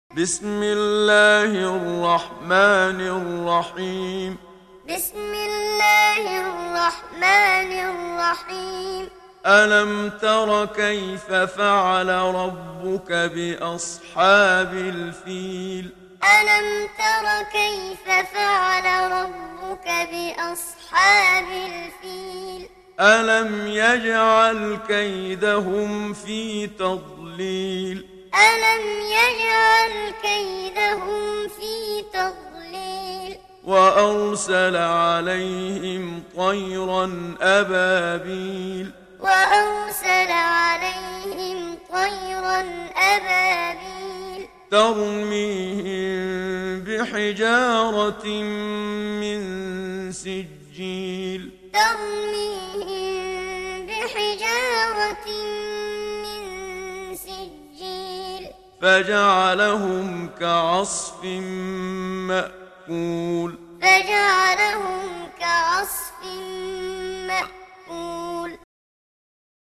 بسم الله الرحمن الرحيم. بسم الله الرحمن الرحيم. ألم تر كيف فعل ربك بأصحاب الفيل؟ ألم تر كيف فعل ربك بأصحاب الفيل؟ ألم يجعل كيدهم في تضليل؟ ألم يجعل كيدهم في تضليل؟ وأرسل عليهم طيرا أبابيل. وأرسل عليهم طيرا أبابيل ترميهم بحجارة من سجيل. ترميهم بحجارة من سجيل فجعلهم كعصف مأكول. فجعلهم كعصف